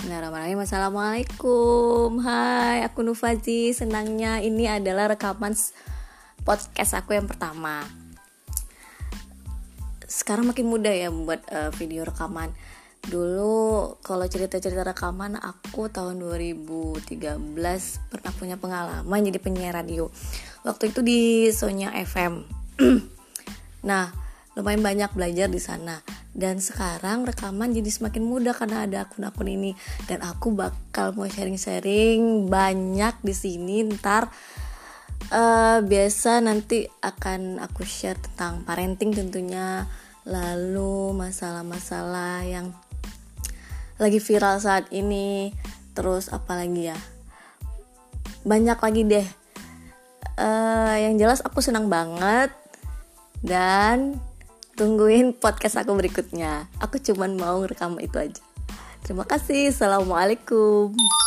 Bismillahirrahmanirrahim. Assalamualaikum. Hai, aku Nufazi. Senangnya ini adalah rekaman podcast aku yang pertama. Sekarang makin mudah ya membuat video rekaman. Dulu kalau cerita-cerita rekaman, aku tahun 2013 pernah punya pengalaman jadi penyiar radio. Waktu itu di Sonya FM. Nah, lumayan banyak belajar di sana. Dan sekarang rekaman jadi semakin mudah karena ada akun-akun ini. Dan aku bakal mau sharing-sharing banyak di sini. Ntar biasa nanti akan aku share tentang parenting tentunya. Lalu masalah-masalah yang lagi viral saat ini. Terus apa lagi ya? Banyak lagi deh. Yang jelas aku senang banget. Dan tungguin podcast aku berikutnya. Aku cuman mau ngerekam itu aja. Terima kasih. Assalamualaikum.